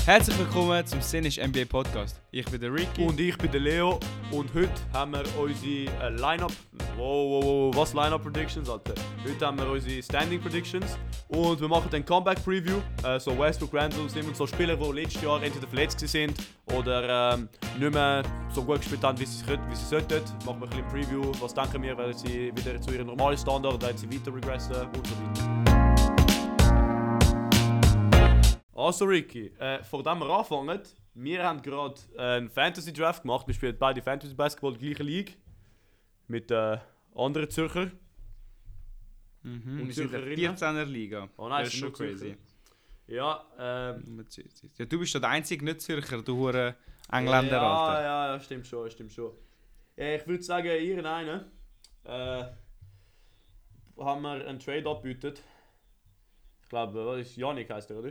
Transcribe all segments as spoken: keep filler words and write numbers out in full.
Herzlich willkommen zum Szenisch N B A Podcast. Ich bin der Ricky. Und ich bin der Leo. Und heute haben wir unsere äh, Line-Up... Wow, wow, wow, was Line-Up Predictions, Alter? Heute haben wir unsere Standing Predictions. Und wir machen dann Comeback Preview. Äh, so Westbrook, Randle, sind so Spieler, die letztes Jahr entweder verletzt waren oder ähm, nicht mehr so gut gespielt haben, wie sie, wie sie sollten. Machen wir ein bisschen Preview. Was denken wir, werden sie wieder zu ihrem normalen Standard, werden sie weiter regressen und so weiter. Also Ricky, äh, vor dem wir anfangen, wir haben gerade äh, einen Fantasy Draft gemacht. Wir spielen beide Fantasy Basketball in der gleichen Liga mit äh, anderen Zürcher. Mhm, und wir sind in der vierzehner Liga. Oh nein, das ist schon crazy. Ja, ähm... Ja, du bist ja der einzige Nicht-Zürcher, du hure Engländer, ja, Alter. Ja, ja, stimmt schon, stimmt schon. Äh, ich würde sagen, ihr einen äh, haben wir einen Trade abbietet. Ich glaube, was ist Janik heißt er, oder?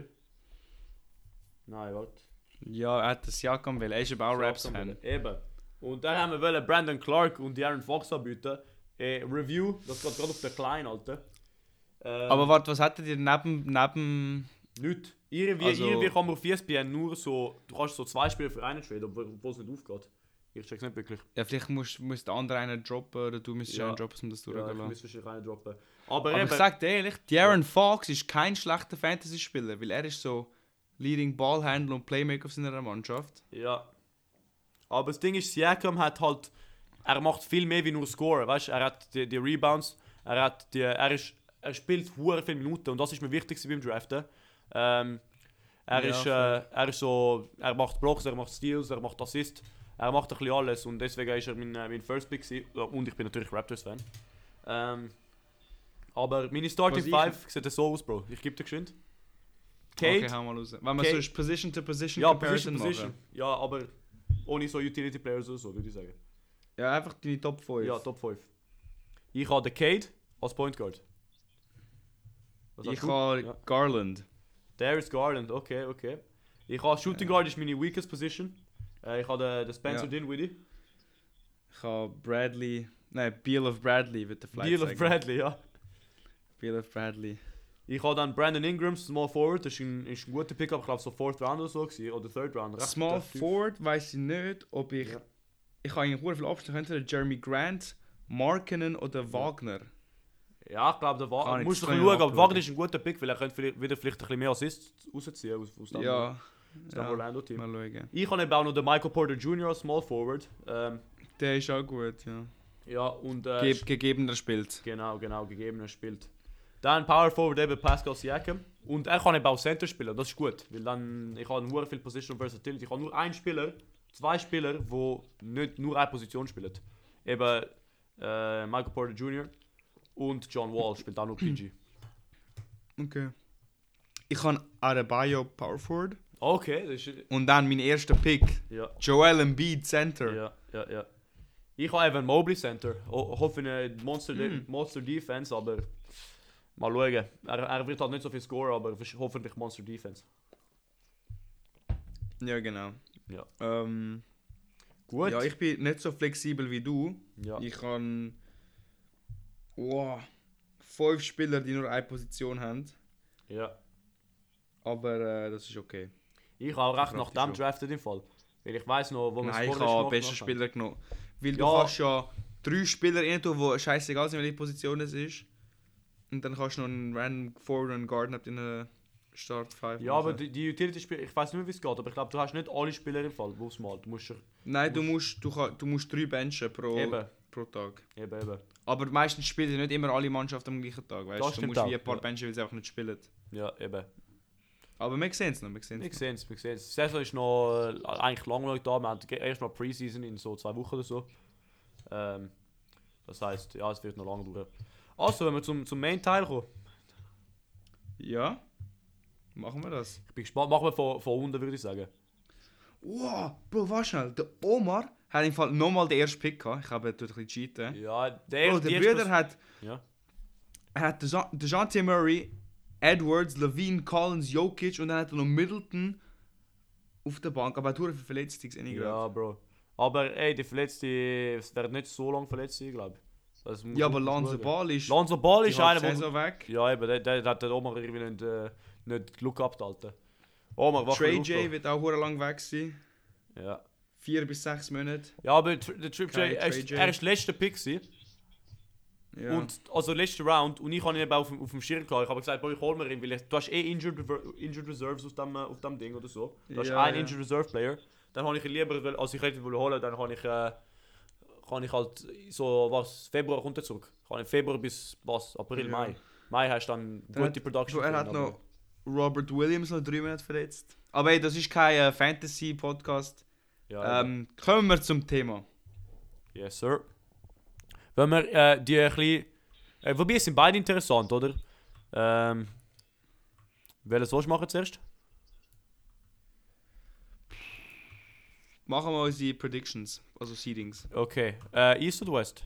Nein, warte. Ja, er hat das Siakam will. Er ist aber auch Raps-Fan. Eben. Und dann haben wir wollen Brandon Clark und De'Aaron Fox anbieten. Äh, Review, das geht gerade auf den Kleinen, Alter. Ähm, aber warte, was hattet ihr neben... neben... Nichts. Irgendwie, also, irgendwie kann man auf E S P N nur so... Du kannst so zwei Spieler für einen traden, obwohl es nicht aufgeht. Ich check's nicht wirklich. Ja, vielleicht muss, muss der andere einen droppen oder du müsstest ja einen droppen, um das durchzugehen. Ja, ich muss wahrscheinlich einen droppen. Aber, aber eben, ich sag dir ehrlich, De'Aaron Fox ist kein schlechter Fantasy-Spieler, weil er ist so... Leading Ballhandler und Playmaker auf seiner Mannschaft. Ja. Aber das Ding ist, Siakam hat halt... Er macht viel mehr wie nur Scorer, weißt? Er hat die, die Rebounds, er hat die... Er, ist, er spielt hure viele Minuten und das ist mir wichtig beim Draften. Ähm, er, ja, ist, äh, er ist so... Er macht Blocks, er macht Steals, er macht Assists. Er macht ein bisschen alles und deswegen ist er mein, äh, mein First Pick gewesen. Und ich bin natürlich Raptors-Fan. Ähm, aber meine Starting Five sieht so aus, Bro. Ich gebe dir geschwind. Cade. Okay, hau mal raus. Wenn man so Position to Position ja, Comparison Position, Position. machen. Ja, aber ohne so Utility Players oder so, würde ich sagen. Ja, einfach deine Top fünf. Ja, Top fünf. Ich habe den Cade als Point Guard. Was ich habe ja. Garland. Darius Garland, okay, okay. Ich habe Shooting Guard, ist meine weakest Position. Äh, ich habe den, den Spencer ja. Dinwiddie. Ich habe Bradley, nein, Beal of Bradley wird der Flight Beal of Bradley, ja. Beal of Bradley. Ich habe dann Brandon Ingram, Small Forward, das ist ein, ist ein guter Pickup, ich glaube so Fourth Round oder so gewesen, oder Third Round. Recht Small Forward weiss ich nicht, ob ich... Ja. Ich habe eigentlich sehr viele Abstände, entweder Jeremy Grant, Markkanen oder ja. Wagner. Ja, ich glaube, der Wagner... Musst du schauen, aber Wagner ist ein guter Pick, weil er könnte vielleicht, wieder vielleicht ein bisschen mehr Assists rausziehen aus, aus dem, ja. aus dem ja. Orlando-Team. Mal schauen. Ich habe eben auch noch den Michael Porter Junior als Small Forward. Ähm, der ist auch gut, ja. Ja, und... Äh, Ge gegebener spielt. Genau, genau, gegebener spielt. Dann Power Forward eben Pascal Siakam. Und er kann eben auch Center spielen, das ist gut. Weil dann, ich habe nur viel Position Versatility. Ich habe nur einen Spieler, zwei Spieler, die nicht nur eine Position spielen. Eben äh, Michael Porter Junior und John Wall spielt auch nur P G. Okay. Ich habe Adebayo Power Forward. Okay, das ist... Und dann mein erster Pick. Ja. Joel Embiid Center. Ja, ja, ja. Ich habe Evan Mobley Center. Ho hoffe eine Monster, mm. Monster Defense, aber... Mal schauen. Er, er wird halt nicht so viel scoren, aber hoffentlich Monster Defense. Ja, genau. Ja. Ähm, Gut. Ja, ich bin nicht so flexibel wie du. Ja. Ich habe wow, fünf Spieler, die nur eine Position haben. Ja. Aber äh, das ist okay. Ich habe recht nach dem drafted im Fall. Weil ich weiss noch, wo man es vorher gemacht hat. Nein, ich habe beste Spieler genommen. Weil ja. Du kannst ja drei Spieler rein tun, die scheißegal sind, welche Position es ist. Und dann kannst du noch einen random Forward und Guard in der Start fünf. Ja, aber die, die Utility-Spieler, ich weiß nicht mehr, wie es geht, aber ich glaube, du hast nicht alle Spieler im Fall, wo es mal. Du musst, Nein, du musst, du, musst, du musst drei benchen pro, pro Tag. Eben, eben. Aber meistens spielen nicht immer alle Mannschaften am gleichen Tag, weißt du? Du musst auch. wie ein paar ja. benchen, weil sie einfach nicht spielen. Ja, eben. Aber wir sehen es noch, wir sehen es. Wir sehen es, wir sehen es. Die Saison ist noch äh, eigentlich langweilig da, wir haben erst mal Preseason in so zwei Wochen oder so. Ähm, das heisst, ja, es wird noch lange dauern. Also, wenn wir zum, zum Main-Teil kommen. Ja, machen wir das. Ich bin gespannt, machen wir von, von unten, würde ich sagen. Wow, Bro, warte schnell. Der Omar hat im Fall nochmal den ersten Pick gehabt. Ich habe ein bisschen cheaten. Ja, der Bro, der Bruder hat... Ja. Er hat DeJounte Murray, Edwards, Levine, Collins, Jokic und dann hat er noch Middleton auf der Bank. Aber er hat viele Verletzte gesehen. Ja, Bro. Aber ey, die Verletzte werden nicht so lange verletzt sein, glaube ich. Ja, aber Lonzo Ball ist... Lonzo Ball ist einer, wo... weg. Ja, eben, der, der, der hat der Omar irgendwie nicht, äh, nicht Look abgehalten. Oh, man, Trey J wird auch hure lang weg sein. Ja. Vier bis sechs Monate. Ja, aber der Trey J, er ist, er ist letzter Pick gewesen. Ja. Und, also letzter Round. Und ich habe ihn eben auf, auf dem Schirm gehabt. Ich habe gesagt, boah, ich hol mir ihn, weil ich, du hast eh Injured, Injured Reserves auf dem, auf dem Ding oder so. Du hast Ja, einen ja. Injured Reserve Player. Dann habe ich ihn lieber, weil- als ich ihn holen, dann kann ich, äh, kann ich halt so, was, Februar kommt er zurück. Kann ich Februar bis, was, April, Ja. Mai. Mai hast du dann Dann gute hat- Production. Er hat drin, noch Robert Williams noch drei Monate verletzt. Aber hey, das ist kein äh, Fantasy-Podcast. Ja, Ähm, kommen wir zum Thema. yes, sir. Wenn wir äh, die ein bisschen... Äh, wobei, es sind beide interessant, oder? Ähm... Welches willst du machen zuerst? Machen wir unsere Predictions, also Seedings. Okay. Äh, East oder West?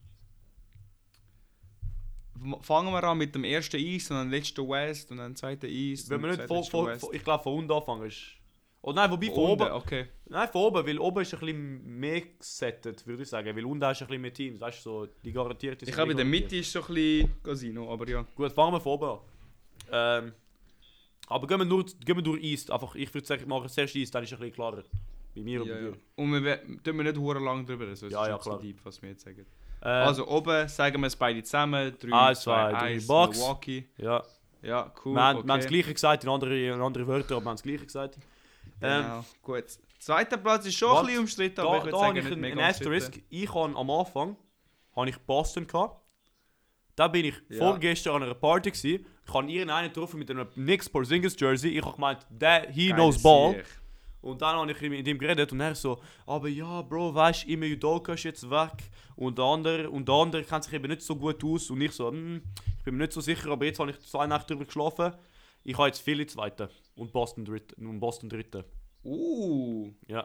M- Fangen wir an mit dem ersten East und dann letzten West und dann zweiten East. Wenn und wir nicht von, zweitletzten von, West. von, ich glaube von unten anfangen ist... Oder nein, wobei von, Von oben... unten, okay. Nein, von oben, weil oben ist ein bisschen mehr gesettet, würde ich sagen. Weil unten hast du ein bisschen mehr Teams, weißt du, so, die garantiert Ich glaube, in der Mitte ist so ein bisschen Casino, aber ja. Gut, fangen wir von oben an. Ähm... Aber gehen wir, nur, gehen wir durch East. Einfach, ich würde sagen, machen zuerst East, dann ist es ein bisschen klarer. Bei mir und ja, bei ja. dir. Und wir we- tun wir nicht hure lang drüber reden, so es Ja, ist ja, nicht so klar. deep, was wir jetzt sagen. Äh, Also oben sagen wir es beide zusammen. drei, Eins, zwei, zwei, drei, eins, Bucks. Milwaukee. ja. Ja, cool, wir, haben, okay. wir haben das gleiche gesagt, in andere, in andere Wörter, aber wir haben das gleiche gesagt. Ähm, Genau, gut. Zweiter Platz ist schon Warte, ein bisschen umstritten, aber Da, ich würde da sagen, habe ich nicht einen, mega einen Asterisk. umstritten. Ich habe am Anfang habe ich Boston gehabt. Da bin ich Ja. vorgestern an einer Party gewesen. Ich habe irgendeinen getroffen mit einem Knicks Porzingis Jersey. Ich habe gemeint, der, he Geile knows ball. Sieg. Und dann habe ich mit ihm geredet und er so, aber ja, Bro, weißt du, immer Udoka ist jetzt weg. Und der andere, und der andere kennt sich eben nicht so gut aus. Und ich so, hm, ich bin mir nicht so sicher, aber jetzt habe ich zwei Nächte drüber geschlafen. Ich habe jetzt Philly Zweite und Boston Dritte. Und Boston Dritte. Uh. Ja,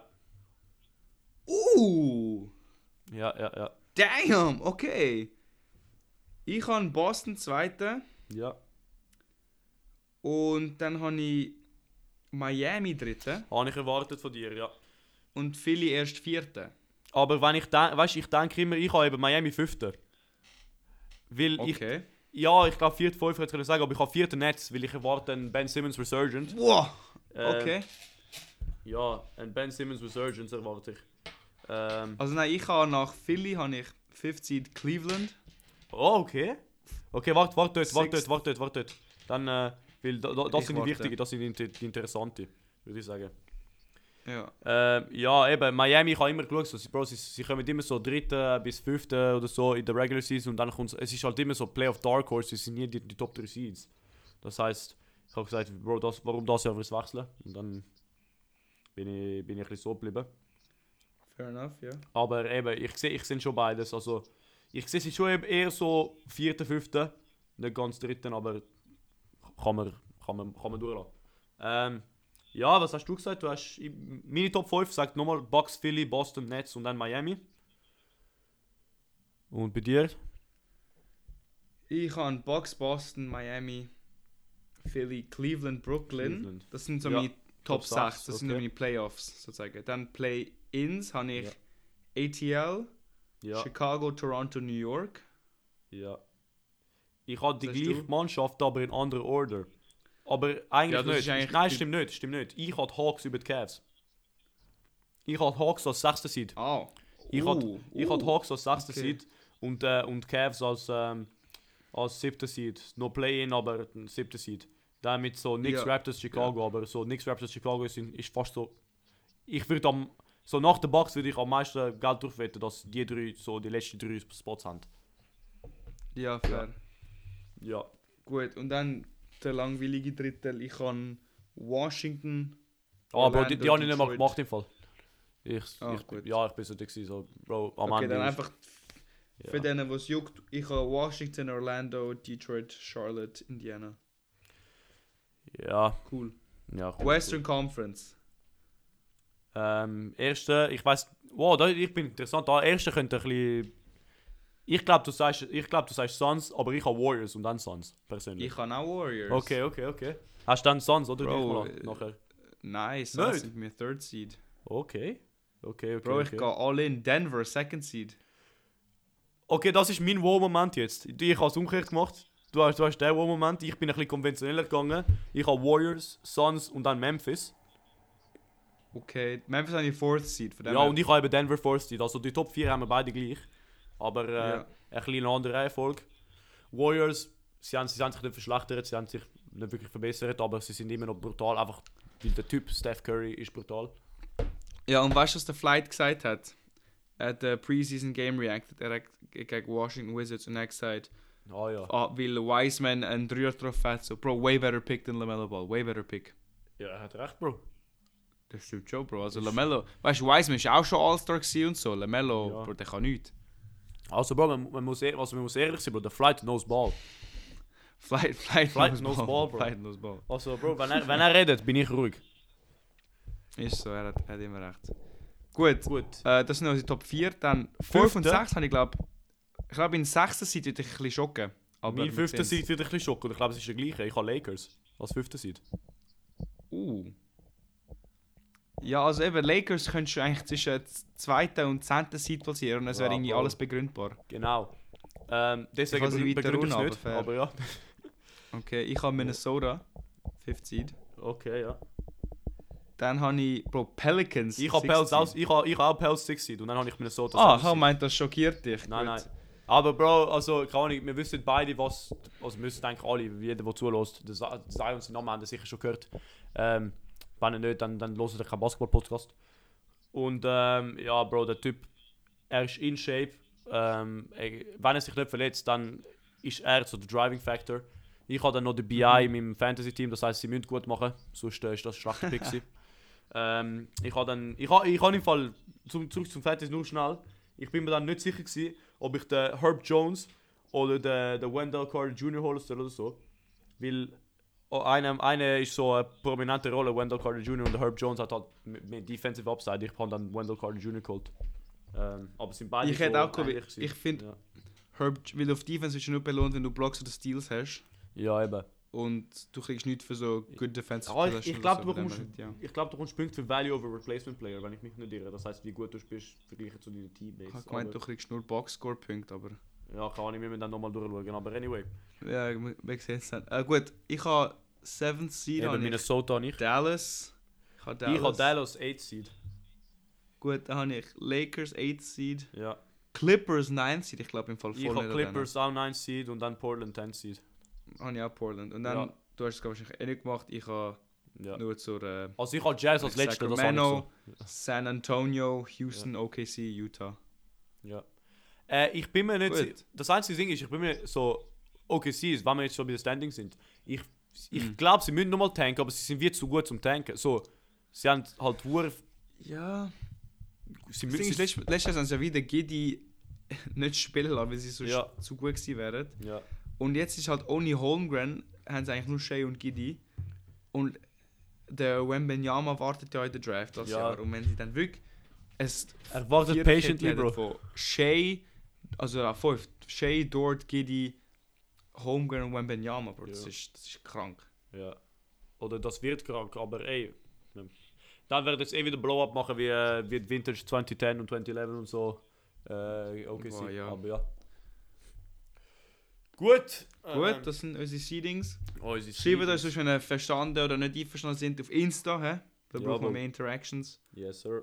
Uh. ja, ja, ja. Damn, okay. Ich habe Boston Zweiten Ja. und dann habe ich Miami Dritten Habe ich erwartet von dir, ja. und Philly erst Vierten. Aber wenn ich denke, weißt, ich denke immer, ich habe eben Miami Fünfter. Weil ich, Okay. ja, ich glaube vierter, fünfter hätte ich sagen, aber ich habe vierter Netz, weil ich erwarte einen Ben Simmons Resurgent. Wow. Ähm, Okay. Ja, einen Ben Simmons Resurgent erwarte ich. Ähm, Also nein, ich habe nach Philly habe ich Fifth Seed Cleveland. oh, okay. Okay, warte, warte dort, warte dort, Sixth. warte dort, warte dort. Dann, äh, weil da, da, das Ich sind die warte. wichtigen, das sind die, inter- die interessanten, würde ich sagen. Ja. Ähm, ja, eben, Miami, ich habe immer geschaut, so, sie, Bro, sie, sie kommen immer so dritte bis fünfte oder so in der Regular Season und dann kommt es ist halt immer so Playoff Dark Horse, sie sind nie die, die Top drei Seeds. Das heisst, ich habe gesagt, Bro, das, warum das Jahr fürs Wechseln? Und dann bin ich, bin ich ein bisschen so geblieben. Fair enough, ja. Aber eben, ich sehe ich seh schon beides, also ich sehe sie schon eben eher so vierte, fünfte, nicht ganz dritten, aber kann man, kann man, kann man durchlassen. Ähm, Ja, was hast du gesagt? Du hast meine Top fünf, sagt nochmal Bucks, Philly, Boston, Nets und dann Miami. Und bei dir? Ich habe Bucks, Boston, Miami, Philly, Cleveland, Brooklyn. Cleveland. Das sind so Ja, meine Top Top sechs. sechs, Das sind okay. meine Playoffs sozusagen. Dann Play-Ins habe ich Ja. A T L, Ja, Chicago, Toronto, New York. ja. Ich habe die Was hast gleiche du? Mannschaft, aber in anderer Order. Aber eigentlich Ja, das nicht. ist eigentlich Nein, die- stimmt nicht, stimmt nicht. Ich habe die Hawks über die Cavs. Ich habe die Hawks als sechster Seed. Ah. Ich Uh, hatte ich had uh. Hawks als sechster okay. Seed und, äh, und Cavs als, ähm, als siebter Seed. No Play-In, aber ein siebter Seed. Dann mit so Knicks, Ja. Raptors, Chicago. Aber so Knicks, Raptors, Chicago ist, ist fast so... Ich würde am... So nach den Bucks würde ich am meisten Geld durchwetten, dass die drei so die letzten drei Spots haben. Ja, fair. Ja. Gut, und dann der langweilige Drittel. Ich habe Washington. Ah, Bro, Orlando, die, die habe ich nicht mal Detroit. gemacht im Fall. Ich, Ah, ich, gut. ja, ich bin so dick gewesen, so, Bro, am Okay, Ende dann ist- einfach für ja. denen, was juckt. Ich habe Washington, Orlando, Detroit, Charlotte, Indiana. Ja, Cool. ja. Cool, Western Conference. Ähm, erste, ich weiß, wow, da, ich bin interessant. Da erste könnte ein bisschen. Ich glaube, du sagst, ich glaube, du sagst Suns, aber ich habe Warriors und dann Suns persönlich. Ich habe auch Warriors. Okay, okay, okay. Hast du dann Suns oder Bro, Gleich mal nachher? Nice, Nicht? das sind wir Third Seed. Okay, okay, okay. Bro, ich okay. gehe all in. Denver, Second Seed. Okay, das ist mein Wow-Moment jetzt. Ich habe es umgekehrt gemacht. du hast, du hast den Moment, ich bin ein bisschen konventioneller gegangen. Ich habe Warriors, Suns und dann Memphis. Okay, Memphis habe ich Fourth Seed. Von dem Ja, her. und ich habe eben Denver Fourth Seed. Also die Top vier haben wir beide gleich. Aber äh, Ja. ein bisschen andere Reihenfolge. Warriors, sie haben, sie haben sich nicht verschlechtert, sie haben sich nicht wirklich verbessert, aber sie sind immer noch brutal. Einfach, weil der Typ Steph Curry ist brutal. Ja, und weißt du, was der Flight gesagt hat? Er hat der Preseason Game reacted. Er hat g- gegen Washington Wizards und er hat gesagt, Ah ja. ah, weil Wiseman einen Dreier getroffen hat, so, Bro, way better pick than LaMelo Ball. Way better pick. Ja, er hat recht, Bro. Das stimmt schon, Bro. Also LaMelo, weißt du, Wiseman ist auch schon All-Star gewesen und so. LaMelo, Ja. Bro, der kann nichts. Also, Bro, man, man, muss, e- also, man muss ehrlich sein, Bro. Der Flight knows ball. Flight, Flight, Flight knows knows ball, ball, bro. Flight knows ball. Also, Bro, wenn er, wenn er redet, bin ich ruhig. Ist so, er hat, er hat immer recht. Gut, Gut. äh, das sind unsere Top vier. Dann fünf und Fünfte? sechs habe ich glaube ich glaube in sechster Seite würde ich ein bisschen schocken. Aber Mein wir fünfter sehen's. Seed wird ein bisschen schocken. Ich glaube, es ist der gleiche. Ich habe Lakers als fünfter Seed. Uh. Ja, also eben, Lakers könntest du eigentlich zwischen zweiter und zehnter Seed platzieren und es wäre Ja, irgendwie Bro. alles begründbar. Genau. Ähm, deswegen Ich kann sie begrü- weiter begründe ich runter, es nicht. aber fair. Aber ja. Okay, ich habe Minnesota, fifth Seed. Okay, ja. Dann habe ich, Bro, Pelicans. Ich habe sixth Pels Seed. aus, ich habe ich habe auch Pels six Seed und dann habe ich Minnesota Ah, seven ich Seed. meint, das schockiert dich. Nein, Gut. nein. Aber Bro, also keine Ahnung, wir wissen beide, was. Also wir wissen eigentlich alle, jeder, der zulässt, der Sa- Zion seinen Namen haben das sicher schon gehört. Ähm, wenn er nicht, dann, dann hört er keinen Basketball-Podcast. Und ähm, ja, Bro, der Typ, er ist in Shape. Ähm, er, wenn er sich nicht verletzt, dann ist er so der Driving Factor. Ich habe dann noch den B I in meinem Fantasy-Team, das heisst, sie müssen gut machen, sonst äh, ist das ein schlechter Pick gewesen. ähm, Ich habe dann, ich habe ich hab im Fall, zum, zurück zum Fantasy nur schnell, ich bin mir dann nicht sicher gewesen, ob ich den Herb Jones oder den, den Wendell Carter Junior holen soll oder so. Weil oh, eine, eine ist so eine prominente Rolle, Wendell Carter Junior und der Herb Jones hat halt mehr Defensive Upside. Ich habe dann Wendell Carter Junior geholt. Ähm, aber es sind beide Ich so hätte auch cool, ähnlich gewesen. ich finde, Ja. Herb, weil auf Defense wirst du nur belohnt, wenn du Blocks oder Steals hast. Ja, eben. Und du kriegst nichts für so good defensive Ja, ich Possession ich glaube, oder du, so, bekommst- von dem her, ja. ich glaub, du bekommst Punkte für Value over Replacement Player, wenn ich mich nicht irre. Das heisst, wie gut du bist verglichen zu deinen Ich Teammates. habe gemeint, du Aber- kriegst nur Box-Score-Punkte, aber... Ja, kann ich mir dann nochmal durchschauen. Aber anyway. Ja, wir sehen es dann. Äh, gut, ich habe seventh Seed, Eben habe ich Minnesota nicht. Dallas. Ich habe Dallas. Ich habe Dallas eight Seed. Gut, dann habe ich Lakers eighth Seed. Ja. Clippers ninth Seed, ich glaube im Fall voll Ich habe nicht an Clippers auch nine Seed und dann Portland ten Seed. denen. Habe ich auch Portland. Und dann, Ja. du hast es glaub ich wahrscheinlich eh nicht gemacht, ich habe Ja. nur zur äh, Also ich habe Jazz als letzter, das habe ich Sacramento, so. San Antonio, Houston, O K C, Utah. Ja. Äh, ich bin mir nicht... Gut. si- Das einzige Ding ist, ich bin mir so... Okay, sie ist, wenn wir jetzt schon bei der Standing sind. Ich, ich Mhm. glaube, sie müssen nochmal tanken, aber sie sind wie zu gut zum Tanken. So, sie haben halt hure... Ja. Sie Das müssen... Ding ist, letztes, letztes Jahr haben sie ja wieder Giddy nicht spielen lassen, weil sie so Ja. zu gut gewesen wären. Ja. Und jetzt ist halt ohne Holmgren, haben sie eigentlich nur Shea und Giddy. Und der Wembenyama wartet ja in der Draft das Ja. Jahr. Und wenn sie dann wirklich es Er wartet Viererkette patiently, hätten Bro. von Shea, also ja, fünf, Shea, Dort, Giddy, Holmgren und Wembenyama, Bro. Das, Ja. ist, das ist krank. Ja. Oder das wird krank, aber ey... ne. Dann wird es eh wieder Blow-Up machen wie, äh, wie die Vintage twenty ten und twenty eleven und so. Äh, okay, Boah, ja. aber ja. Gut. Gut, ähm, das sind unsere Seedings. unsere Schreibt Seedings. uns, sonst, wenn ihr verstanden oder nicht einverstanden sind, auf Insta. He? Da Ja, brauchen wir aber- mehr Interactions. Yes, sir.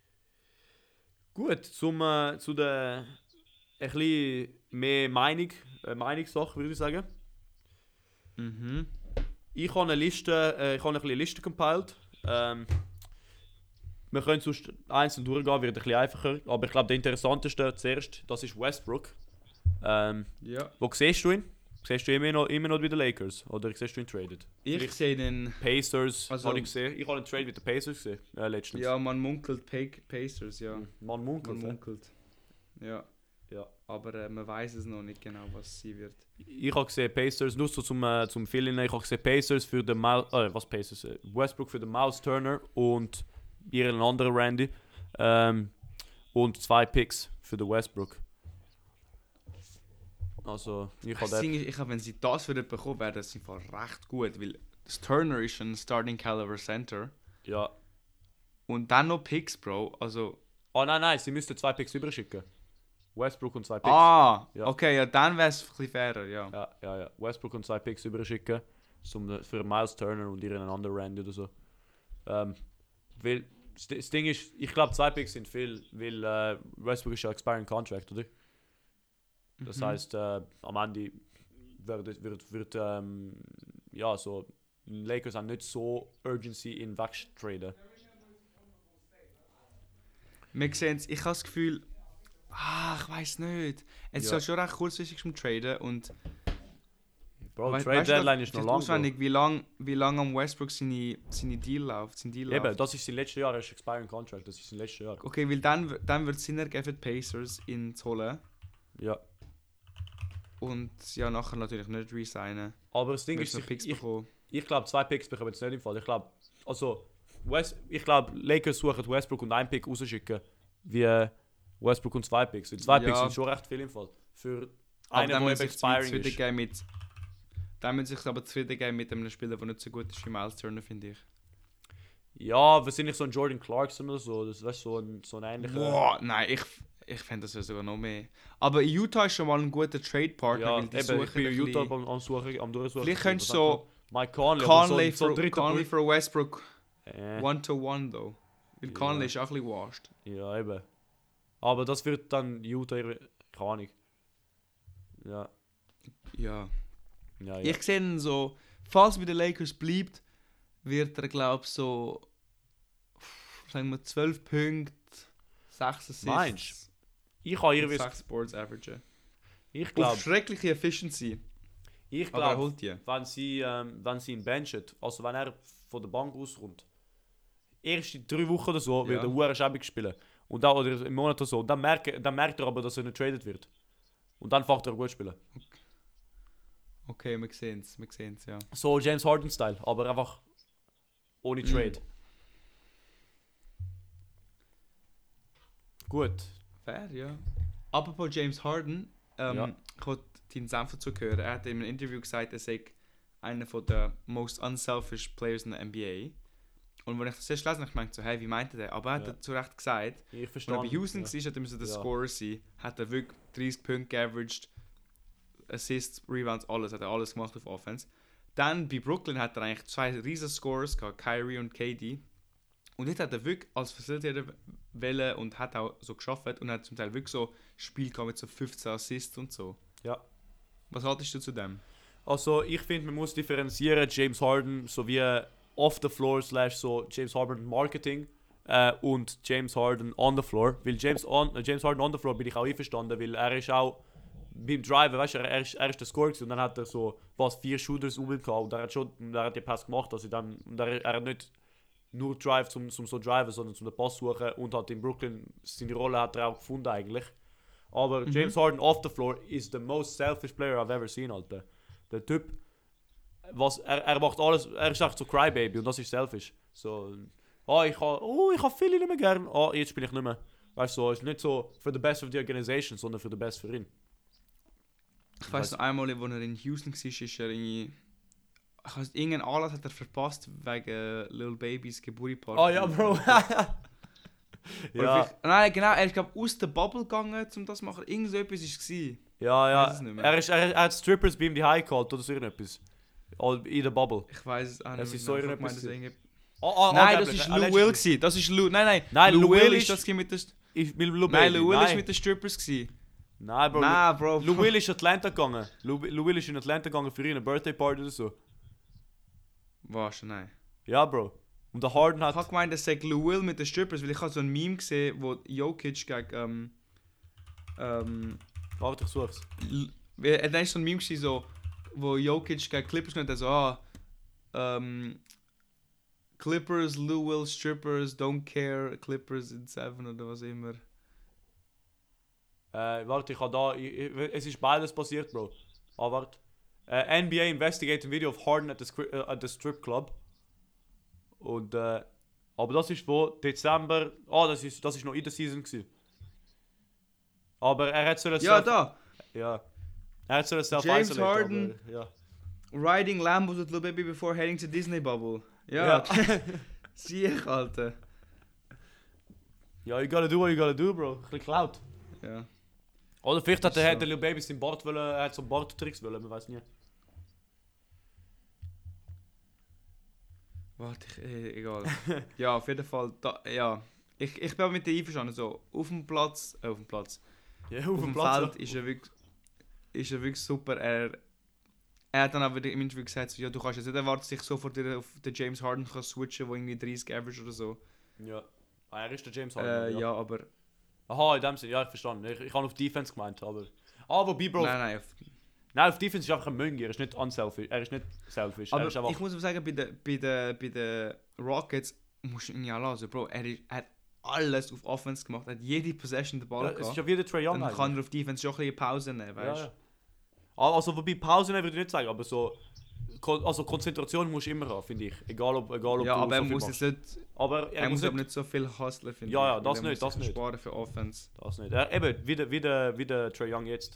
Gut, zum, äh, zu der ein bisschen mehr Meinung, äh, Meinungssache würde ich sagen. Mhm. Ich habe eine Liste, äh, ich habe eine kleine Liste compiled. Ähm, wir können sonst einzeln durchgehen, wird ein bisschen einfacher. Aber ich glaube, der interessanteste zuerst, das ist Westbrook. Ähm, Ja. wo siehst du ihn? Siehst du ihn immer noch, immer noch bei den Lakers? Oder siehst du ihn traded? Ich sehe den. Pacers Also- habe ich gesehen. Ich habe einen Trade mit den Pacers gesehen, äh, letztens. Ja, man munkelt Pa- Pacers, ja. Man Man munkelt. äh. munkelt. Ja. Ja. Aber äh, man weiß es noch nicht genau, was sie wird. Ich habe gesehen Pacers, nur so zum, äh, zum Filmen, ich habe gesehen Pacers für den Miles, äh, was Pacers? Äh, Westbrook für den Miles Turner und ihren anderen Randy. Ähm, und zwei Picks für den Westbrook. Also, ich Das habe Ding ist, ich glaube, wenn sie das würden bekommen, wäre das im Fall recht gut, weil das Turner ist ein Starting Caliber Center ja. und dann noch Picks, Bro. Also Oh nein, nein, sie müssten zwei Picks überschicken. Westbrook und zwei Picks. Ah, Ja. okay, ja, dann wäre es ein bisschen fairer, ja. Ja, ja, ja. Westbrook und zwei Picks überschicken. Zum, für Miles Turner und ihren anderen Randy oder so. Ähm, weil, das Ding ist, ich glaube, zwei Picks sind viel, weil äh, Westbrook ist ja expiring Contract, oder? Das Mhm. heißt, äh, am Ende wird, wird, wird ähm, ja, so, Lakers haben nicht so Urgency in wegtraden. Wir sehen es, ich habe das Gefühl, ah, ich weiß nicht. Es ist Ja. ja schon recht kurzfristig zum Traden und Bro, wei- Trade weißt du Deadline noch- ist noch vielleicht lang. auswendig, wie lange wie lang am Westbrook seine, seine Deal läuft, sein Deal Bro. Eben, läuft. das ist sein letztes Jahr, er ist expiring Contract, das ist sein letztes Jahr. Okay, weil dann, w- dann wird es Sinn ergeben für die Pacers, ihn zu holen Ja. und ja, nachher natürlich nicht resignen. Aber das Ding Ding ist, noch ich, Picks ich, bekommen. ich glaube, zwei Picks bekommen jetzt nicht im Fall. Ich glaube, also, West, ich glaube, Lakers suchen Westbrook und einen Pick rausschicken, wie äh, Westbrook und zwei Picks. Weil zwei Ja. Picks sind schon recht viel im Fall. Für Aber einen, dann der müssen eben sich expiring zufrieden ist. geben mit... Dann müssen sich aber zufrieden geben mit einem Spieler, der nicht so gut ist wie Miles Turner, finde ich. Ja, wir sind nicht so ein Jordan Clarkson oder so. Das ist so ein, so ein ähnlicher... Boah, nein, ich, ich fände das wäre sogar noch mehr. Aber Utah ist schon mal ein guter Trade-Partner, Ja, weil die eben, suchen ich bin ein Utah bisschen- am, am Suchen, am Durchsuchen. Vielleicht könntest du Was so sagt man? Mike Conley, aber Conley so, so ein für, dritter Conley Point. für Westbrook Äh, one-to-one, though. Weil Ja. Conley ist auch ein bisschen washed. ja, eben. Aber das wird dann Utah... ihre- Keine Ahnung. Ja, Ja. ja, ja. Ich sehe ihn so, falls bei den Lakers bleibt, wird er, glaube ich, so, sagen wir, zwölf Punkte, sechs Assists. Meinst Ich habe und irgendwie... sechs Boards averagen. Ich Auf glaube... schreckliche Efficiency. Ich Aber er glaube... holt die. wenn sie, ähm, wenn sie ihn benchen, also wenn er von der Bank auskommt, erste drei Wochen oder so, wird Ja. er Uhr schäbig spielen. Und dann, oder im Monat oder so. Und dann, merke, dann merkt er aber, dass er nicht traded wird. Und dann fängt er gut spielen. Okay, wir sehen es, wir sehen es, ja. So James Harden-Style, aber einfach ohne Trade. Gut. Fair, ja. Apropos James Harden, ähm, Ja. ich wollte deinen Senf dazu hören. Er hat in einem Interview gesagt, er sei einer der most unselfish players in der N B A. Und wenn ich das erst gelesen habe, ich gemeint so, hey, wie meint er das? Aber er hat Ja. zu Recht gesagt, Ich wenn verstehe. er bei Houston ja. war, hat er müssen der Ja. Scorer sein. Hat er wirklich dreißig Punkte geaveraged, Assists, Rebounds, alles, hat er alles gemacht auf Offense. Dann bei Brooklyn hat er eigentlich zwei riesen Scorers gehabt, Kyrie und K D. Und dort hat er wirklich als Facilitator wählen und hat auch so geschafft und hat zum Teil wirklich so Spiel gehabt mit so fünfzehn Assists und so. Ja. Was haltest du zu dem? Also ich finde, man muss differenzieren James Harden sowie off the floor slash so James Harden Marketing äh, und James Harden on the floor. Weil James, on, äh, James Harden on the floor bin ich auch einverstanden, weil er ist auch beim Driven, weißt du, er, er, ist, er ist der Scorer gewesen und dann hat er so was vier Shooters um ihn gehabt und er hat schon und er hat den Pass gemacht, also dann und er, er hat nicht nur Drive zum, zum so Driven, sondern zum den Pass suchen und hat in Brooklyn seine Rolle hat er auch gefunden eigentlich. Aber Mhm. James Harden off the floor is the most selfish player I've ever seen, Alter. Der Typ, was, er, er macht alles, er ist echt so Crybaby und das ist selfish. So, oh, ich habe oh, ich hab viele nicht mehr gern, oh, jetzt spiele ich nicht mehr. Weißt du, so, ist nicht so für the best of the organization, sondern für the best für ihn. Ich weiss noch einmal, als er in Houston war, ist er irgendwie... Ich weiss, irgendeinen Anlass hat er verpasst wegen Lil Babys Geburtstag. Oh ja, Bro. Oder ja, vielleicht- Nein, genau, er ist glaub, aus der Bubble gegangen, um das zu machen. Irgend so etwas war es. ja, weiß es ja. nicht mehr. Er, ist, er, er hat Strippers bei ihm die High geholt oder so irgendetwas. Oder in der Bubble. Ich weiß es auch nicht. Es ist mehr so genau. Ich irgendetwas meine, das irgendwie- Oh, oh, Nein, das angeblich, ist Lou allegedly. Will gewesen. Das ist Lou. Nein, nein. Nein, Lou Lou Will Will ist ist- das gewesen mit den. Ich will Lou Nein, Baby. Lou Will ist Nein. mit den Strippers gewesen. Nein, Bro. Nein, Bro. Lou Will ist in Atlanta gegangen. Lou, Lou Will ist in Atlanta gegangen für eine Birthday Party oder so. Was? Nein. Ja, Bro. Und der Harden Ich habe hat... gemeint, das sagt Lou Will mit den Strippers, weil ich habe so ein Meme gesehen, wo Jokic gegen ähm ähm Warte, ich such's. L- Weil, äh, dann ist so ein Meme gewesen, so, wo Jokic gegen Clippers genannt hat, so, ah, ähm, Clippers, Lou Will, Strippers, don't care, Clippers in seven oder was immer. Äh, warte, ich habe da... Ich, ich, es ist beides passiert, Bro. Ah, warte. Äh, N B A investigating video of Harden at the, scri- äh, at the strip club. Und äh... Aber das ist wo? Dezember... Ah, das ist, das ist noch in der Season gewesen. Aber er hat so eine Ja, da! Ja. Er hat so eine self James Harden. Aber, ja. Riding Lambos with Lil Baby before heading to Disney Bubble. Ja, Ja. sieh ich, Alter. Ja, you gotta do what you gotta do, Bro. Ein bisschen cloud. Ja. Oder vielleicht hat Ist der, so. der Lil Baby seinen Bart wollen, er hat so Barttricks wollen, man weiß nie. Warte, ich, äh, egal. Ja, auf jeden Fall, da, ja. Ich, ich bin aber mit dir einverstanden, so, auf dem Platz, äh, auf dem Platz, Ja, auf, dem Platz, Feld ja. ist er wirklich, ist er wirklich super. Er, er hat dann auch wieder im Interview gesagt, so, ja, du kannst jetzt nicht erwarten, dass ich sofort wieder auf den James Harden kann switchen, wo irgendwie dreißig Average oder so. Ja. Ah, er ist der James Harden. Äh, ja. ja, aber, Aha, in dem Sinne, ja, ich verstanden. Ich, ich habe auf Defense gemeint, aber... Ah, wobei, Bro... nein, nein. Auf, Nein, auf Defense ist einfach ein Mönch, er ist nicht unselfish, er ist nicht selfish, aber er ist einfach... ich muss aber sagen, bei den bei der, bei der Rockets musst du ihn ja lassen, Bro. Er, ist, er hat alles auf Offense gemacht, er hat jede Possession den Ball ja, es ist gehabt. ja wie der Trae Young Dann eigentlich. kann er auf Defense schon ein bisschen Pause nehmen, Ja, weißt du? ja. Ah, Also wobei Pausen würde ich nicht sagen, aber so... Kon also Konzentration musst du immer haben, finde ich. Egal ob, egal ob Ja, du aber er so viel muss machst. jetzt nicht, Aber er, er, muss muss aber nicht... nicht so viel hustlen, finde Ja, ja, ich. das weil er nicht, muss das sich nicht. sparen für Offense. Das nicht. Er, eben, wie der, wie der, wie der Trae Young jetzt.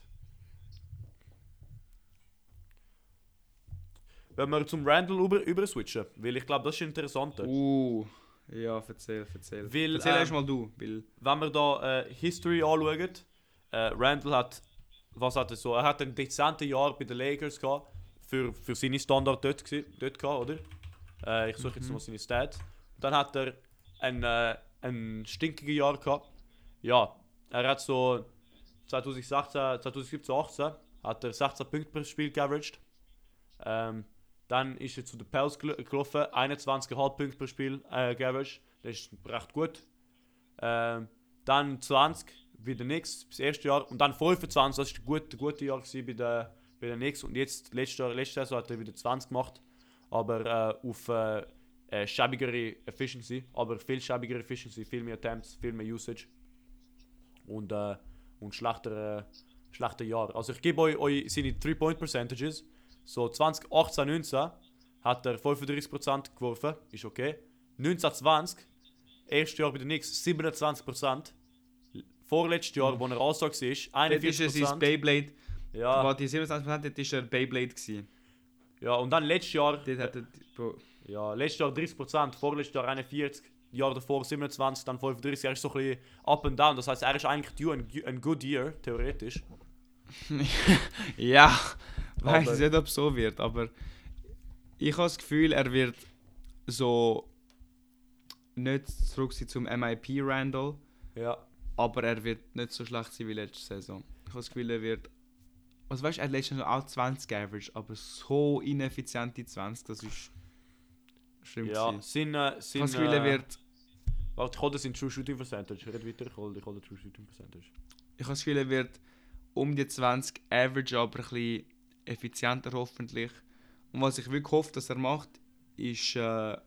Wenn wir zum Randall über, über switchen, weil ich glaube, das ist interessant. Uh, ja, erzähl, erzähl. Weil, erzähl ähm, erst mal du, weil... Wenn wir da äh, History anschauen, äh, Randall hat, was hat er so, er hat ein dezentes Jahr bei den Lakers gehabt, für, für seine Standard dort, gsi- dort gehabt, oder? Äh, ich suche jetzt Mhm. mal seine Stats. Dann hat er ein, äh, ein stinkiges Jahr gehabt. Ja, er hat so zwanzig sechzehn, zwanzig siebzehn, achtzehn hat er sechzehn Punkte pro Spiel geaveraged. Ähm, dann ist er zu den Pels gel- gelaufen, einundzwanzig Komma fünf Punkte pro Spiel äh, geaveraged. Das ist recht gut. Ähm, dann zwanzig bei den Knicks, das erste Jahr. Und dann fünfundzwanzig, das war ein gut, gute Jahr gewesen bei den, bei den Knicks. Und jetzt, letztes Jahr, letzte Saison hat er wieder zwanzig gemacht. Aber äh, auf äh, äh, schäbigere Efficiency. Aber viel schäbigere Efficiency, viel mehr Attempts, viel mehr Usage. Und, äh, und schlechter, äh, schlechter Jahr. Also ich gebe euch, euch seine Three-Point-Percentages. So zwanzig achtzehn neunzehn hat er fünfunddreißig Prozent geworfen, ist okay. neunzehn zwanzig, erstes Jahr bei den Knicks siebenundzwanzig Prozent. Vorletztes Jahr, wo er All-Star war, Dort ist einundvierzig er sein Prozent. Beyblade... Ja, Warte, siebenundzwanzig Prozent, dort war er Beyblade gewesen. ja, und dann letztes Jahr, Dort hat er... Bro, ja, letztes Jahr dreißig Prozent, vorletztes Jahr einundvierzig, Jahr davor siebenundzwanzig, dann fünfunddreißig. Er ist so ein bisschen up and down. Das heißt, er ist eigentlich due ein, ein good year, theoretisch. ja, weiß Aber- nicht, ob es so wird, aber ich habe das Gefühl, er wird so nicht zurück sein zum M I P Randall, Ja. aber er wird nicht so schlecht sein wie letzte Saison. Ich habe das Gefühl, er wird... Also weißt du, er hat letztes Jahr auch zwanzig average, aber so ineffiziente zwanzig, das ist schlimm Ja, gewesen. sein, äh, Ich sein, habe das Gefühl, er äh, wird... Warte, ich hole das in True Shooting Percentage. Red weiter, ich hole, ich hole True Shooting Percentage. Ich habe das Gefühl, er wird um die zwanzig average, aber ein bisschen effizienter hoffentlich. Und was ich wirklich hoffe, dass er macht, ist... Äh,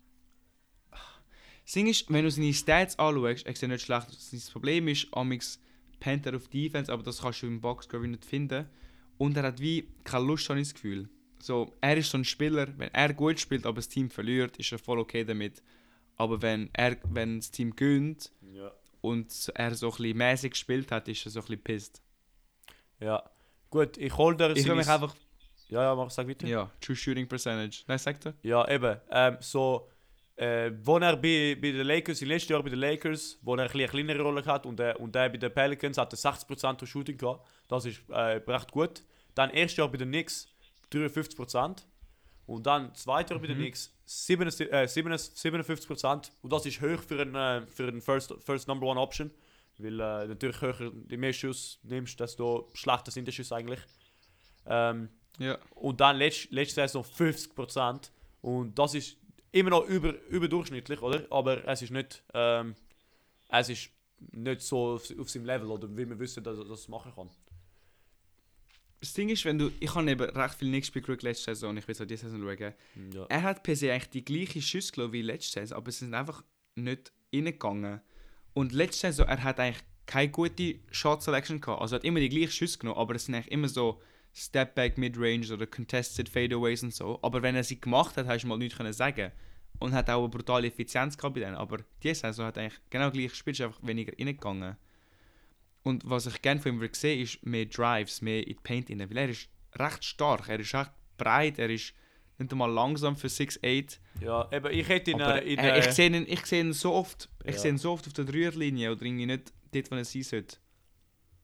das Ding ist, wenn du seine Stats anschaust, er sieht nicht schlecht aus. Das Problem ist, amix pennt er auf Defense, aber das kannst du im Boxscore nicht finden. Und er hat wie keine Lust, habe ich das Gefühl. So, er ist so ein Spieler, wenn er gut spielt, aber das Team verliert, ist er voll okay damit. Aber wenn, er, wenn das Team gönnt Ja. und er so ein bisschen mäßig gespielt hat, ist er so ein bisschen pissed. Ja. Gut, ich hole dir Ich will seine- mich einfach... Ja, ja, mach, sag weiter. Ja, True Shooting Percentage. Nein, sagt er? Ja, eben. Ähm, so, äh, wo er bei, bei den Lakers, im letzten Jahr bei den Lakers, wo er ein bisschen eine kleinere Rolle hat und, äh, und der bei den Pelicans hat er sechzig Prozent der Shooting gehabt. Das ist äh, recht gut. Dann erstes Jahr bei den Knicks dreiundfünfzig Prozent. Und dann zweites Jahr bei den Mhm. Knicks siebenundsiebzig äh, siebenundfünfzig Prozent. Und das ist hoch für einen, äh, für einen First, First Number One Option. Weil äh, natürlich höher die mehr Schuss nimmst, desto schlechter sind die Schüsse eigentlich. Ähm, Ja. und dann letzt, letzte Saison fünfzig Prozent. Und das ist immer noch über, überdurchschnittlich, oder? Aber es ist nicht, ähm, es ist nicht so auf, auf seinem Level, oder wie wir wissen, dass er das machen kann. Das Ding ist, wenn du... Ich habe eben recht viel nicht gespielt letzte Saison, ich will so diese Saison schauen. Ja. Er hat per se eigentlich die gleiche Schüsse glaub, wie letzte Saison, aber sie sind einfach nicht reingegangen. Und letzte Saison, er hat eigentlich keine gute Shot Selection gehabt. Also er hat immer die gleichen Schüsse genommen, aber es sind eigentlich immer so Step Back, Mid-Range oder Contested Fadeaways und so. Aber wenn er sie gemacht hat, hast du mal nichts können sagen. Und hat auch eine brutale Effizienz gehabt bei denen. Aber diese Saison hat eigentlich genau gleich gespielt, ist einfach weniger reingegangen. Und was ich gerne von ihm würde sehen, ist mehr Drives, mehr in die Paint rein. Weil er ist recht stark, er ist recht breit, er ist nicht einmal langsam für six acht. Ja, eben, ich hätte ihn Aber äh, in äh, äh, ich sehe ihn, ich sehe ihn so oft, ich Ja. sehe ihn so oft auf der Dreierlinie oder irgendwie nicht dort, wo er sein sollte.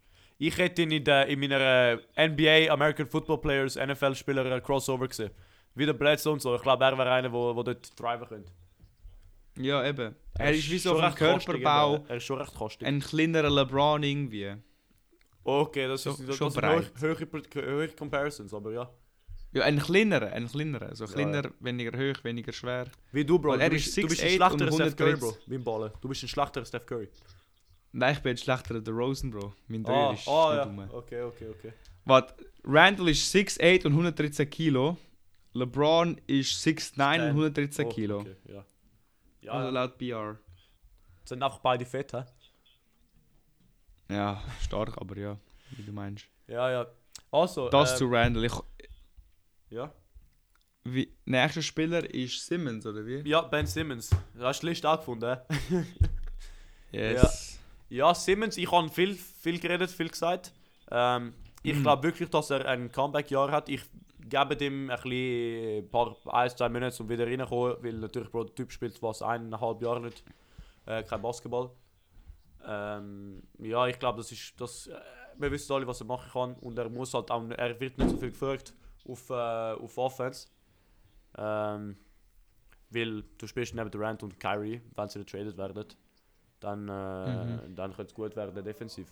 Ich hätte ihn in, der, in meiner N B A, American Football Players, N F L-Spieler Crossover gesehen. Wie der Bledsoe und so. Ich glaube, er wäre einer, der dort driven könnte. Ja, eben. Er, er ist wie so schon vom recht kostig, Körperbau eben. Er ist schon recht kostig. ein kleinerer LeBron irgendwie. Okay, das, So- ist, das, schon das sind breit. hohe, hohe, hohe Comparisons, aber ja. Ja, ein kleinerer, ein kleinerer. So Ja, kleiner, ja. weniger hoch, weniger schwer. Wie du, Bro. Weil Du er bist, ist du bist ein six eight schlechterer und Steph Curry, Bro. hundertdreißig. Beim Ballen. Du bist ein schlechterer Steph Curry. Nein, ich bin ein schlechterer der Rosen, Bro. Mein Dreier Ah, ist ah nicht ja. dumm. Okay, okay, okay. Warte, Randall ist six eight und hundertdreizehn Kilo. LeBron ist six nine und hundertdreizehn Oh, Kilo. Okay, ja. Ja, Also ja. laut B R. Sind einfach beide fett, hä? Ja, stark, aber ja, wie du meinst. Ja, ja. Also, Das ähm, zu Randall. Ich, ja. wie, nächster Spieler ist Simmons, oder wie? Ja, Ben Simmons. Du hast die Liste auch gefunden, hä? Yes. Ja, Simmons, ich habe viel, viel geredet, viel gesagt. Ähm, ich Mhm. glaube wirklich, dass er ein Comeback-Jahr hat. Ich gebe dem ein bisschen, ein paar, ein, zwei Monate, um wieder reinzukommen, weil natürlich Bro, der Typ spielt was eineinhalb Jahre nicht, äh, kein Basketball. Ähm, ja, ich glaube, das ist, das, äh, wir wissen alle, was er machen kann und er muss halt auch, er wird nicht so viel gefragt auf, äh, auf Offense. Ähm, weil du spielst neben Durant und Kyrie, wenn sie getradet werden, dann, äh, Mhm. dann könnte es gut werden defensiv.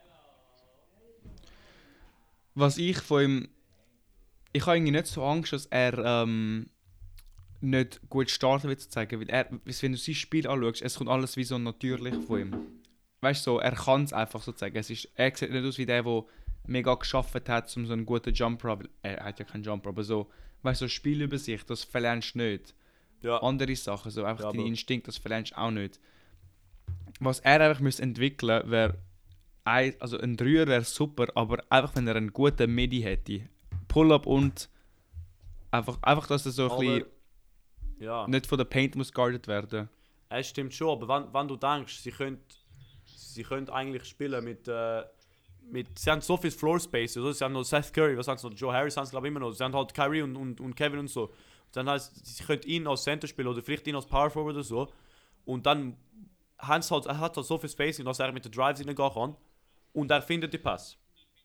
Was ich von ihm. Ich habe irgendwie nicht so Angst, dass er ähm, nicht gut starten wird, sozusagen. Weil er, wenn du sein Spiel anschaust, es kommt alles wie so natürlich von ihm. Weißt du, so, er kann es einfach sozusagen. Es ist, er sieht nicht aus wie der, der mega geschafft hat, um so einen guten Jumper. weil Er hat ja keinen Jumper, aber so, weißt du, so Spielübersicht, das verlernst du nicht. Ja, Andere Sachen, so einfach Ja, dein aber- Instinkt, das verlernst du auch nicht. Was er einfach müsste entwickeln, wäre ein, also ein Dreier wäre super, aber einfach wenn er einen guten Midi hätte. Pull-up und einfach, einfach dass er so ein aber, bisschen ja, nicht von der Paint muss guarded werden. es stimmt schon, aber wenn, wenn du denkst, sie können, sie können eigentlich spielen mit, äh, mit, sie haben so viel Floor Space, also sie haben noch Seth Curry, was haben sie noch, Joe Harris haben sie glaube ich immer noch, sie haben halt Kyrie und, und, und Kevin und so. Dann heißt, sie können ihn als Center spielen oder vielleicht ihn als Power Forward oder so und dann haben sie halt, er hat halt so viel Spacing, dass er mit den Drives reingehen kann und er findet die Pass.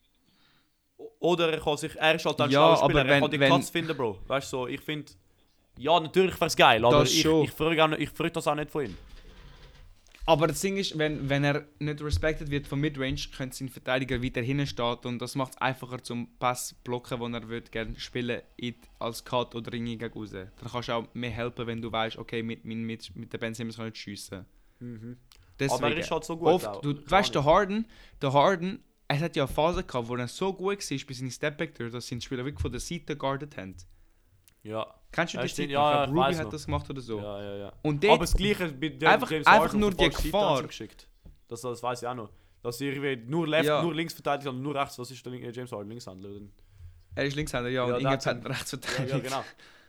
O- Oder er kann sich, er ist halt ein Ja, schlauer Spieler, aber er wenn- kann die wenn- Cuts finden, Bro. Weißt du, so, ich finde, ja, natürlich wäre es geil, aber Das ich, schon. ich frage auch nicht- ich frage das auch nicht von ihm. Aber das Ding ist, wenn, wenn er nicht respected wird von Midrange, könnte sein Verteidiger weiter hinten stehen und das macht es einfacher zum Pass blocken, den er würde gerne spielen in, als Cut oder Ringe gegen raus. Dann kannst du auch mehr helfen, wenn du weißt, okay, mit, mit, mit, mit der Ben Simmons kann ich schiessen. Mhm. Deswegen, Aber er ist halt so gut. oft, auch. du Gar weißt, der nicht. Harden, der Harden, er hat ja eine Phase gehabt, wo er so gut war bei seinen Stepback-Tours, dass seine Spieler wirklich von der Seite guarded haben. Ja. Kennst du Ja, die stimmt, Zeit? ja, ich ja, glaube, ich Ruby weiss hat noch. das gemacht oder so. Ja, ja, ja. Und dort, Aber das Gleiche bei dem Einfach- James einfach Harden nur auf der die falschen Seite Gefahr. haben sie ihm geschickt. Das, das weiß ich auch noch. Dass sie irgendwie nur, left, Ja. nur links verteidigt haben und nur rechts. Was ist der Link- James Harden? Linkshändler? oder? er ist Linkshänder, ja, Ja, und der Inge hat hat rechts Ja, verteidigt. ja, genau.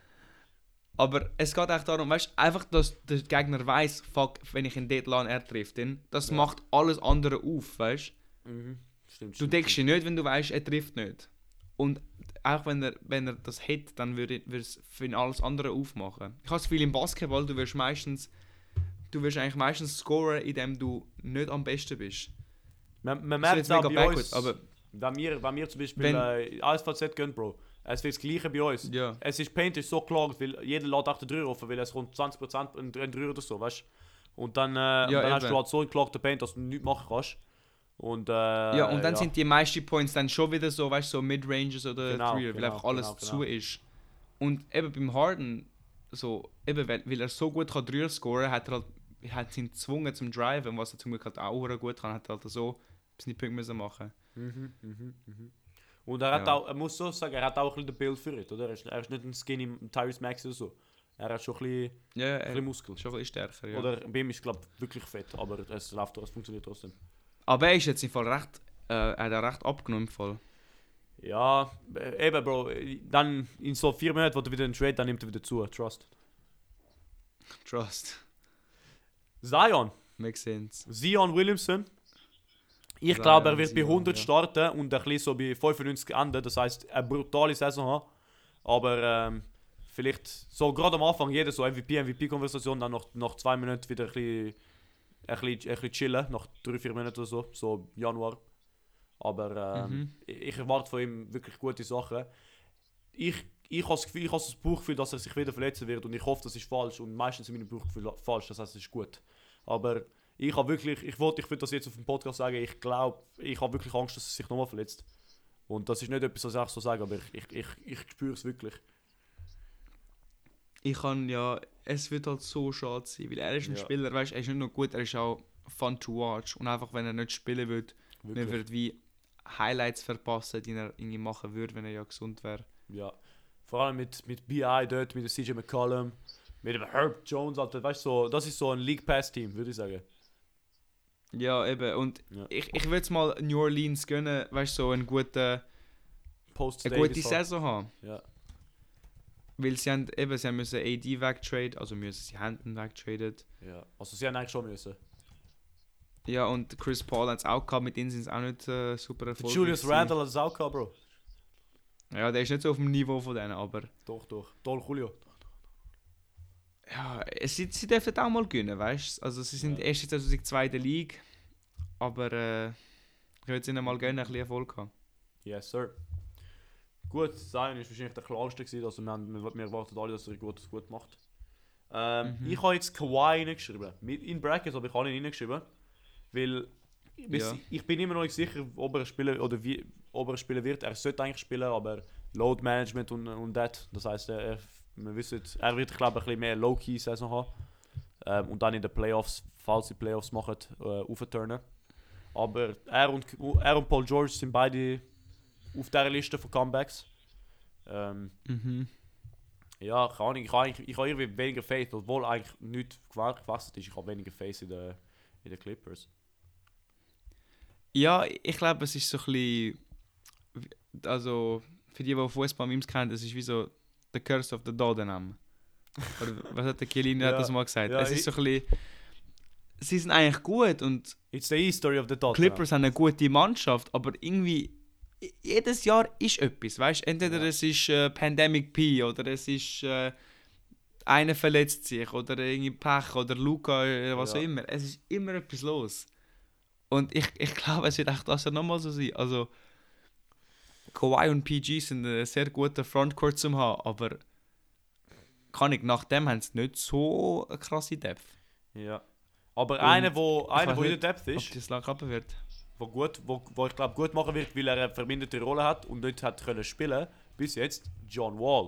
Aber es geht echt darum, weißt, einfach, dass der Gegner weiß, fuck, wenn ich ihn dort lade, er trifft ihn. Das Ja. macht alles andere auf, weißt Mhm. Stimmt, du? stimmt, denkst stimmt. dich nicht, wenn du weißt, er trifft nicht. Und auch wenn er, wenn er das hat, dann würde würde es für ihn alles andere aufmachen. Ich habe das Gefühl, im Basketball, du wirst meistens, du wirst eigentlich meistens scoren, indem du nicht am besten bist. Man, man Das merkt ist es auch jetzt bei mega uns, backward, aber wenn wir, wenn wir zum Beispiel Wenn- äh, A S V Z gehen, Bro, es wird das Gleiche bei uns. ja. Es ist Paint ist so klar, weil jeder lädt auch den Dreier offen, weil es rund zwanzig Prozent ein ein Dreier oder so, weißt du? Und dann, äh, und dann hast eben. du halt so einen geklagten Paint, dass du nichts machen kannst. Und, äh, Ja, und dann ja. sind die meisten Points dann schon wieder so, weißt du, so Mid-Ranges oder Genau, Three, weil genau, einfach alles genau, genau. zu ist. Und eben beim Harden, so, eben weil, weil er so gut kann Dreier scoren, hat er halt, hat ihn gezwungen zum Driven, was er zum Glück halt auch verdammt gut kann, hat er halt so seine Punkte müssen machen. Mhm, mhm, mhm. Und er hat Ja. auch, er muss so sagen, er hat auch ein bisschen den Bild für it, oder? Er ist, er ist nicht ein Skinny Tyrese Maxey oder so. Er hat schon ein bisschen, Ja, ja, ein bisschen er Muskel. ist schon ein bisschen stärker, ja. Oder bei ihm ist glaube ich wirklich fett, aber es läuft, es funktioniert trotzdem. Aber er ist jetzt im Fall recht, äh, er hat auch recht abgenommen im Fall. Ja, äh, eben Bro, äh, dann in so vier Monaten, wo du wieder einen Trade, dann nimmt er wieder zu, trust. Trust. Zion, Makes sense. Zion Williamson. Ich Zion, glaube, er wird bei Zion, hundert ja. starten und ein bisschen so bei fünfundneunzig enden. Das heisst, eine brutale Saison haben. Aber ähm, vielleicht so gerade am Anfang jeder so M V P, M V P-Konversation, dann nach, nach zwei Minuten wieder ein bisschen, ein, bisschen, ein bisschen chillen, nach drei, vier Monaten oder so, so Januar. Aber ähm, Mhm. ich, ich erwarte von ihm wirklich gute Sachen. Ich, ich habe das Gefühl, ich habe das Bauchgefühl, dass er sich wieder verletzen wird und ich hoffe, das ist falsch und meistens ist mein Bauchgefühl falsch, das heißt, es ist gut. Aber ich habe wirklich, ich wollte, ich würde das jetzt auf dem Podcast sagen, ich glaube, ich habe wirklich Angst, dass er sich nochmal verletzt. Und das ist nicht etwas, was ich so sage, aber ich, ich, ich, ich spüre es wirklich. Ich kann ja, es wird halt so schade sein, weil er ist ein Ja. Spieler, weißt, er ist nicht nur gut, er ist auch fun to watch und einfach, wenn er nicht spielen würde, man wirklich. würde wie Highlights verpassen, die er irgendwie machen würde, wenn er ja gesund wäre. Ja. Vor allem mit, mit B I dort, mit dem C J McCollum, mit dem Herb Jones, Alter, weißt du, so, das ist so ein League Pass Team, würde ich sagen. Ja, eben, und Ja. ich, ich würde es mal New Orleans gönnen, weißt du, so eine gute, Post eine gute Saison haben. Ja. Weil sie haben eben, sie haben müssen A D wegtraden, also müssen sie Hampton wegtraden. Ja. Also sie haben eigentlich schon müssen. Ja, und Chris Paul hat es auch gehabt, mit ihnen sind es auch nicht äh, super erfolgreich. Julius gewesen. Randle hat es auch gehabt, Bro. Ja, der ist nicht so auf dem Niveau von denen, aber Doch, doch. Toll, Julio. ja, sie, sie dürfen auch mal gewinnen, weißt du? Also sie sind Ja. erst in zweitausendzwei in der League, aber äh, ich würde es ihnen mal gönnen, ein bisschen Erfolg haben. Yes, sir. Gut, Zion ist wahrscheinlich der klarste gewesen, also wir, haben, wir, wir erwarten alle, dass er gut, gut macht. Ähm, Mhm. Ich habe jetzt Kawhi reingeschrieben. Mit in Brackets, aber ich habe ihn reingeschrieben. Weil bis, Ja. ich bin immer noch nicht sicher, ob er spielen oder wie, ob er spielen wird. Er sollte eigentlich spielen, aber Load Management und, und das. Das heisst, er, er, wir wissen, er wird, glaube ich, ein bisschen mehr Low-Key-Saison haben. Ähm, und dann in den Playoffs, falls sie Playoffs machen, äh, aufturnen. Aber er und, er und Paul George sind beide auf dieser Liste von Comebacks. Ähm, Mhm. ja, keine Ahnung, ich habe eigentlich- ich habe irgendwie weniger Faith, obwohl eigentlich nichts gewa- gewachsen ist. Ich habe weniger Faith in den in den Clippers. Ja, ich glaube, es ist so ein bisschen, also für die, die Fußball-Memes kennen, das ist wie so The Curse of the Tottenham. Oder was hat der Chiellini Ja, hat das mal gesagt? ja, es ist ich- so ein bisschen, sie sind eigentlich gut und It's the E-Story of the die Tottenham. Clippers haben eine gute Mannschaft, aber irgendwie i- jedes Jahr ist etwas, weißt? Entweder Ja. es ist äh, Pandemic P oder es ist äh, einer verletzt sich oder irgendwie Pech oder Luca oder was Ja. auch immer. Es ist immer etwas los. Und ich, ich glaube, es wird echt das nochmal so sein. Also Kawhi und P G sind ein sehr guter Frontcourt zum haben, aber kann ich, nach dem haben sie nicht so eine krasse Depth. Ja. Aber Und einer, wo, ich einer, weiß wo in der nicht, Depth Ob ist, das lang klappen wird. wo, gut, wo, wo ich glaube gut machen wird, weil er eine verminderte Rolle hat und nicht hat können spielen, bis jetzt John Wall.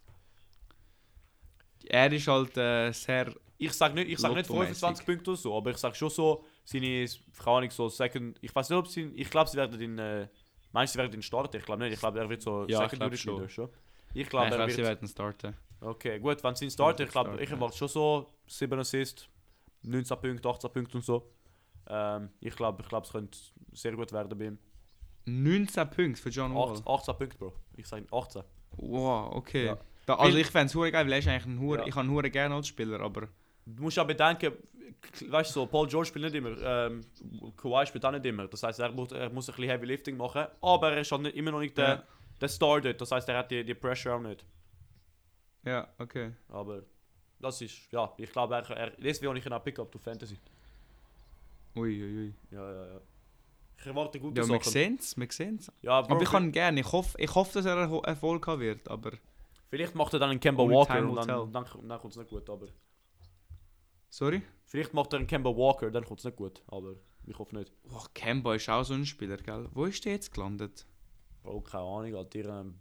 Er ist halt äh, sehr... Ich sage nicht, ich sag nicht Lotto-mäßig. fünfundzwanzig Punkte oder so, aber ich sage schon so, seine, keine Ahnung, so Second, ich weiß nicht, ob sie, ich glaube, sie werden in, äh, meinst du, sie werden ihn starten? Ich glaube nicht, ich glaube, er wird so Ja, ich Second glaub Unit schon. schon. Ich Nein, glaube, ich er glaube, sie wird, werden starten. okay, gut, wenn sie ihn starten, ich glaube, starten, ich ja. erwarte schon so sieben Assists, neunzehn Punkte, achtzehn Punkte und so. Ähm, ich glaube, ich glaube, es könnte sehr gut werden bei ihm. neunzehn Punkte für John Wall. achtzehn, achtzehn Punkte, Bro. Ich sage achtzehn. Wow, okay. Ja. Da, also Weil- ich fände es hure geil, weil er ist eigentlich ein hure, Ja. ich habe ihn hure gerne als Spieler, aber Du musst ja bedenken, weißt du, so, Paul George spielt nicht immer, ähm, Kawhi spielt auch nicht immer. Das heisst, er muss, er muss ein bisschen Heavy Lifting machen, aber er ist halt nicht, immer noch nicht der, Ja. der Star dort. Das heisst, er hat die, die Pressure auch nicht. ja, okay. Aber das ist, ja, ich glaube, er, er, deswegen habe ich ihn auch Pickup to Fantasy. Ui, ui, ui. Ja, ja, ja. Ich erwarte gute Ja, wir Sachen. sehen es, wir sehen es. Ja, Bro, Aber ich kann ihn gerne, ich hoffe, ich hoffe, dass er Erho- Erfolg haben wird, aber... vielleicht macht er dann einen Kemba Only Walker time und will dann, dann, dann, kommt es nicht gut, aber... Sorry? Vielleicht macht er einen Kemba Walker, dann kommt es nicht gut, aber ich hoffe nicht. Boah, Kemba ist auch so ein Spieler, gell? Wo ist der jetzt gelandet? Bro, keine Ahnung, Alter, ihr, ähm,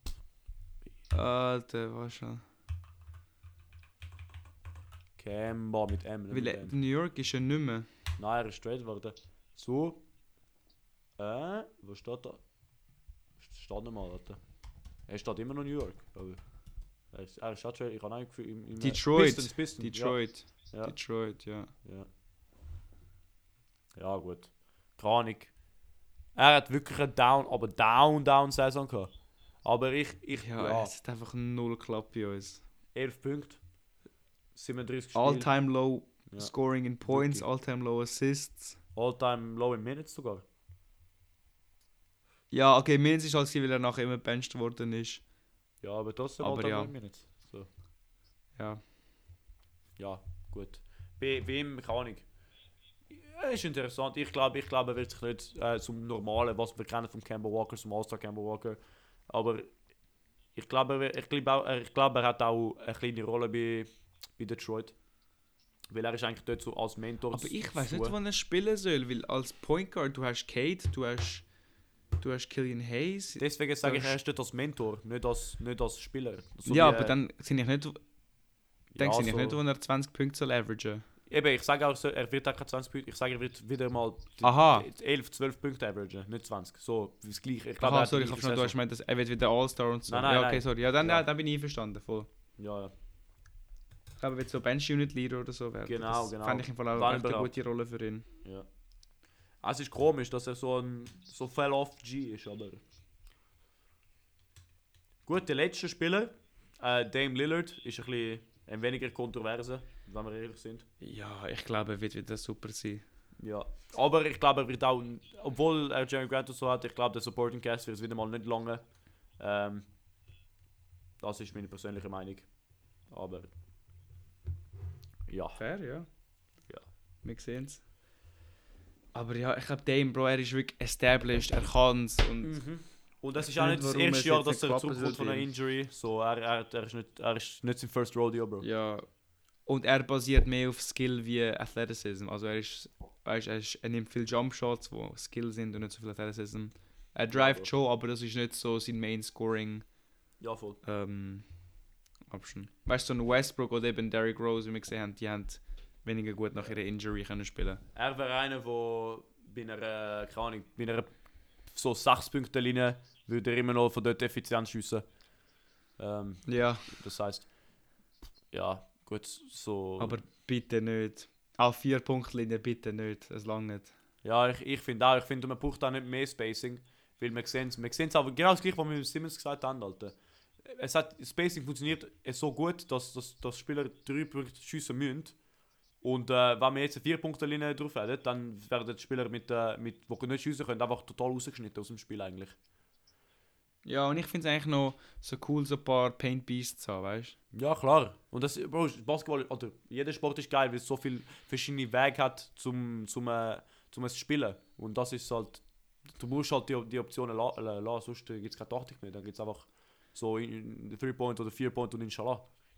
Alter, was schon. Kemba mit M. nicht Weil mit er- M. New York ist ja nicht mehr. Nein, er ist straight worden. So. Äh, wo steht da? Steht nicht mal, Alter. Er steht immer noch New York. Aber er ist, er ist schon straight. Ich habe ein Gefühl im, im Detroit. Pistons, Pistons. Detroit. Ja, Detroit, ja. ja. Ja, gut. Keine Ahnung. Er hat wirklich eine Down, aber Down-Down-Saison gehabt. Aber ich, ich, Ja, ja, es hat einfach null geklappt bei uns. elf Punkte. siebenunddreißig Spiele. All-time low Ja. scoring in points, Wirklich. all-time low assists. All-time low in Minutes sogar. Ja, okay, mindestens ist halt, weil er nachher immer benched worden ist. Ja, aber trotzdem Aber All-time ja. low in Minutes. So. Ja. Ja, gut. Bei, bei ihm, keine Ahnung. Das ist interessant. Ich glaube, ich glaube, er wird sich nicht äh, zum Normalen, was wir kennen vom Kemba Walker, zum All-Star Kemba Walker. Aber ich glaube, er, ich, glaube auch, ich glaube, er hat auch eine kleine Rolle bei, bei Detroit. Weil er ist eigentlich dort so als Mentor. Aber ich weiß nicht, wann er spielen soll, weil als Point Guard, du hast Kate, du hast, du hast Killian Hayes. Deswegen sage ich, er ist dort als Mentor, nicht als, nicht als Spieler. So ja, wie, aber dann sind ich nicht, denkst ja, du so, nicht, wo er zwanzig Punkte soll averagen. Eben, ich sage auch, so, er wird auch keine zwanzig Punkte, ich sage, er wird wieder mal Aha. elf, zwölf Punkte averagen, nicht zwanzig. So, das Gleiche. Ich glaube, Aha, sorry, ich habe schon, du hast gemeint, dass er wird wieder All-Star und so. Nein, nein, ja, okay, nein. sorry. Ja, dann, Ja. ja, dann bin ich einverstanden, voll. Ja, ja. Ich glaube, er wird so Bench-Unit-Leader oder so werden. Genau, das genau. fände ich im Fall auch Dann echt eine überhaupt. gute Rolle für ihn. Ja. Es ist komisch, dass er so ein so fell-off G ist, aber... Gut, der letzte Spieler, äh, Dame Lillard, ist ein bisschen ein weniger kontroverse, wenn wir ehrlich sind. Ja, ich glaube, er wird wieder super sein. Ja. Aber ich glaube, er wird auch, obwohl er Jeremy Grant und so hat, ich glaube, der Supporting Cast wird es wieder mal nicht lange. Ähm, das ist meine persönliche Meinung. Aber... Ja. Fair, ja. Ja. Wir sehen es. Aber ja, ich glaube, Dame, Bro, er ist wirklich established, er kann es und... Mhm. Und das ist Ich auch weiß nicht das nicht, warum erste es Jahr, jetzt dass nicht er klappen zurückkommt von einer sollte. Injury. So, er, er, er, ist nicht, er ist nicht sein First Rodeo, Bro. Ja, und er basiert mehr auf Skill wie Athleticism. Also er ist, weißt, er, ist, er nimmt viele Jumpshots, die Skill sind und nicht so viel Athleticism. Er drivet Ja, schon, aber das ist nicht so sein Main Scoring Ja, voll. ähm, Option. Weißt du, so ein Westbrook oder eben Derrick Rose, wie wir gesehen haben, die haben weniger gut nach ihrer Injury können spielen. Er wäre einer, der bei einer, keine Ahnung, bei einer so sechs Punkte Linie würde er immer noch von dort effizient schiessen. Ähm, Ja, das heisst, ja, gut, so... aber bitte nicht. Auf vier Punktlinie bitte nicht, es langt nicht. Ja, ich, ich finde auch, ich finde, man braucht auch nicht mehr Spacing, weil wir sehen es, wir sehen es aber genau das gleiche, was wir mit Simmons gesagt haben, Alter. Es hat, Spacing funktioniert so gut, dass, dass, dass Spieler drei Punkte schiessen müssen. Und äh, wenn wir jetzt eine vier Punkte Linie drauf hätten, dann werden die Spieler, mit, äh, mit, die nicht schiessen können, einfach total rausgeschnitten aus dem Spiel eigentlich. Ja, und ich finde es eigentlich noch so cool, so ein paar Paint Beasts zu haben, weißt du? Ja, klar. Und das, Bro, Basketball, oder jeder Sport ist geil, weil es so viele verschiedene Wege hat zum, zum, äh, zum es spielen. Und das ist halt, du musst halt die, die Optionen la- la- lassen, sonst gibt es keine Taktik mehr. Dann gibt es einfach so drei Point oder vier Point und Inshallah.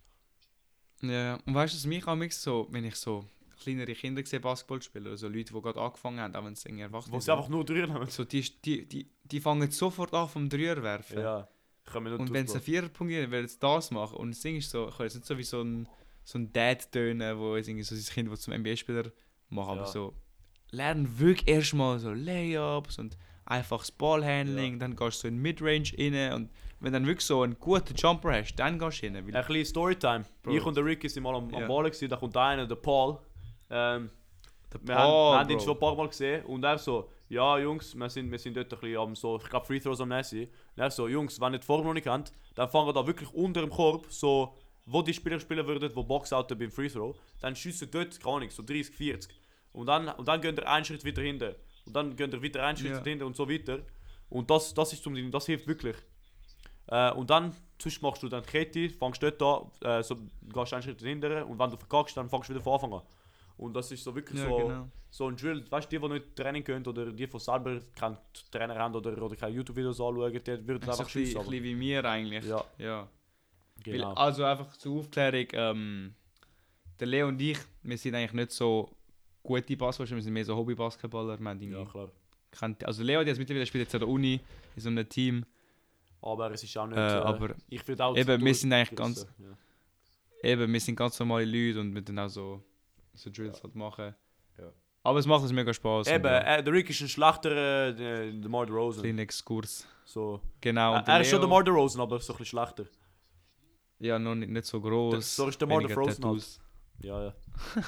Ja, und weißt du, was mich auch so, wenn ich so kleinere Kinder sehe Basketball spielen, oder so Leute, die gerade angefangen haben, auch wenn sie irgendwie erwachsen Wo sie einfach nur drei nehmen. so, die, die, die, die fangen sofort an vom Dreier werfen. Ja, können wir nicht Und wenn sie einen Viererpunkt geben, werden sie das machen. Und das Ding ist so, ich kann jetzt nicht so wie so ein, so ein Dad tönen, wo jetzt irgendwie so sein Kind will zum N B A-Spieler machen, aber Ja. so, lernen wirklich erstmal so Layups und einfaches Ballhandling, Ja. dann gehst du so in Midrange rein und wenn du dann wirklich so einen guten Jumper hast, dann gehst du rein. Weil, Ein bisschen Storytime. Bro. Ich und der Ricky sind mal am, am Ja. Ballen gewesen, da kommt einer, der Paul. Ähm, der wir Paul, haben, wir haben ihn Bro. schon ein paar Mal gesehen und er so, ja Jungs, wir sind, wir sind dort ein bisschen am so, ich glaube Free Throws am Nessi. Und er so, Jungs, wenn ihr die Form noch nicht kennt, dann fangen wir da wirklich unter dem Korb, so, wo die Spieler spielen würden, wo Boxouten beim Free Throw, dann schiessen dort, keine Ahnung, so dreißig, vierzig. Und dann, und dann gehen wir einen Schritt weiter hinten. Und dann gehen wir wieder einen Schritt Ja. hinten und so weiter. Und das, das ist zum das hilft wirklich. Äh, und dann sonst machst du dann die Kette, fängst dort an, äh, so, gehst einen Schritt hinten und wenn du verkackst, dann fängst du wieder von Anfang an. Und das ist so wirklich Ja, so, genau. so ein Drill. Weißt du, die, die nicht Training können oder die, die selber keinen Trainer haben oder, oder keine YouTube-Videos anschauen, die würden Das ist einfach ein bisschen, schiessen. ein aber- bisschen wie mir eigentlich. Ja, Ja. genau. Weil, also einfach zur Aufklärung, ähm, der Leo und ich, wir sind eigentlich nicht so gute Basketballer, wir sind mehr so Hobby-Basketballer. Wir haben Ja, irgendwie klar. kennt, also Leo, der jetzt mittlerweile spielt jetzt an der Uni in so einem Team. Aber es ist auch nicht. Äh, Äh, aber ich würde auch eben, zu wir sind eigentlich durchgerissen, ganz- Ja. eben, wir sind ganz normale Leute und wir dann auch so, so Drills Ja. halt machen. Ja. Aber es macht uns mega Spaß. Eben, und, ja, äh, der Rick ist ein schlechter äh, DeMar DeRozan. kleiner Exkurs. So. Genau. Äh, und der er ist schon Leo- DeMar DeRozan, aber so ein bisschen schlechter. Ja, noch nicht, nicht so groß. So ist der Mar der Frozen Tattoos. Ja, ja.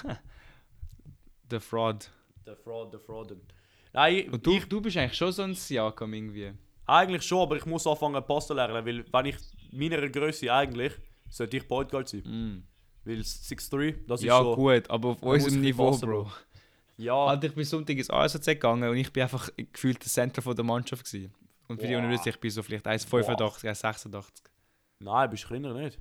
Der Fraud. Der Fraud, der Frauden. Nein, ich, Und du, ich, du bist eigentlich schon so ein Siakam irgendwie. eigentlich schon, aber ich muss anfangen Pass zu lernen, weil wenn ich meiner Größe eigentlich, sollte ich Point Guard sein. Mm. Weil sechs drei, das Ja, ist so... gut, aber auf Man muss unserem ein bisschen Niveau, passen, Bro. Bro. Ja, Alter, ich bin Sonntag ins A S Z gegangen und ich bin einfach gefühlt der Center von der Mannschaft gewesen. Und für die Wow. Unwissen, ich bin so vielleicht eins Komma fünfundachtzig, eins Komma sechsundachtzig. nein, bist du kleiner nicht.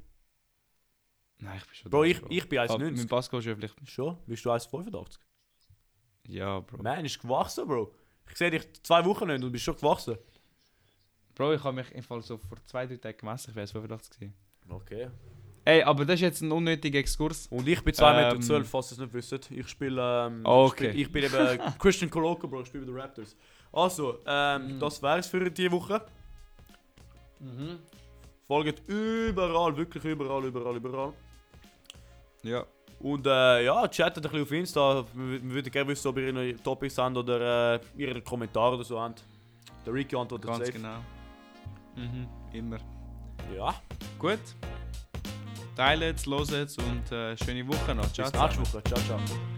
Nein, ich bin schon Bro, da, ich, ich bin Aber eins Komma Mein neunzig. Basketball ist ja vielleicht... Schon? Bist du eins Komma fünfundachtzig? Ja, Bro. Man ist gewachsen, Bro. Ich sehe dich zwei Wochen nicht und du bist schon gewachsen. Bro, ich habe mich im Fall so vor zwei, drei Tagen gemessen, ich wäre fünfundachtzig gewesen. Okay. Ey, aber das ist jetzt ein unnötiger Exkurs. Und ich bin zwei Meter Ähm. zwölf, falls ihr es nicht wisst. Ich spiele. Ähm, Okay. Ich, spiel, ich bin eben Christian Coloco, Bro. Ich spiele bei den Raptors. Also, ähm, Mhm. das wäre es für diese Woche. Mhm. Folgt überall, wirklich überall, überall, überall. Ja. Und äh, ja, chattet ein bisschen auf Insta. Wir, wir würden gerne wissen, ob ihr noch Topics habt oder äh, ihre Kommentare oder so habt. Der Ricky antwortet Ganz safe. genau. Mhm. Immer. Ja, Gut. Teilt, hört und äh, schöne Woche noch. Ciao, bis ciao. nächste Woche. Ciao, ciao.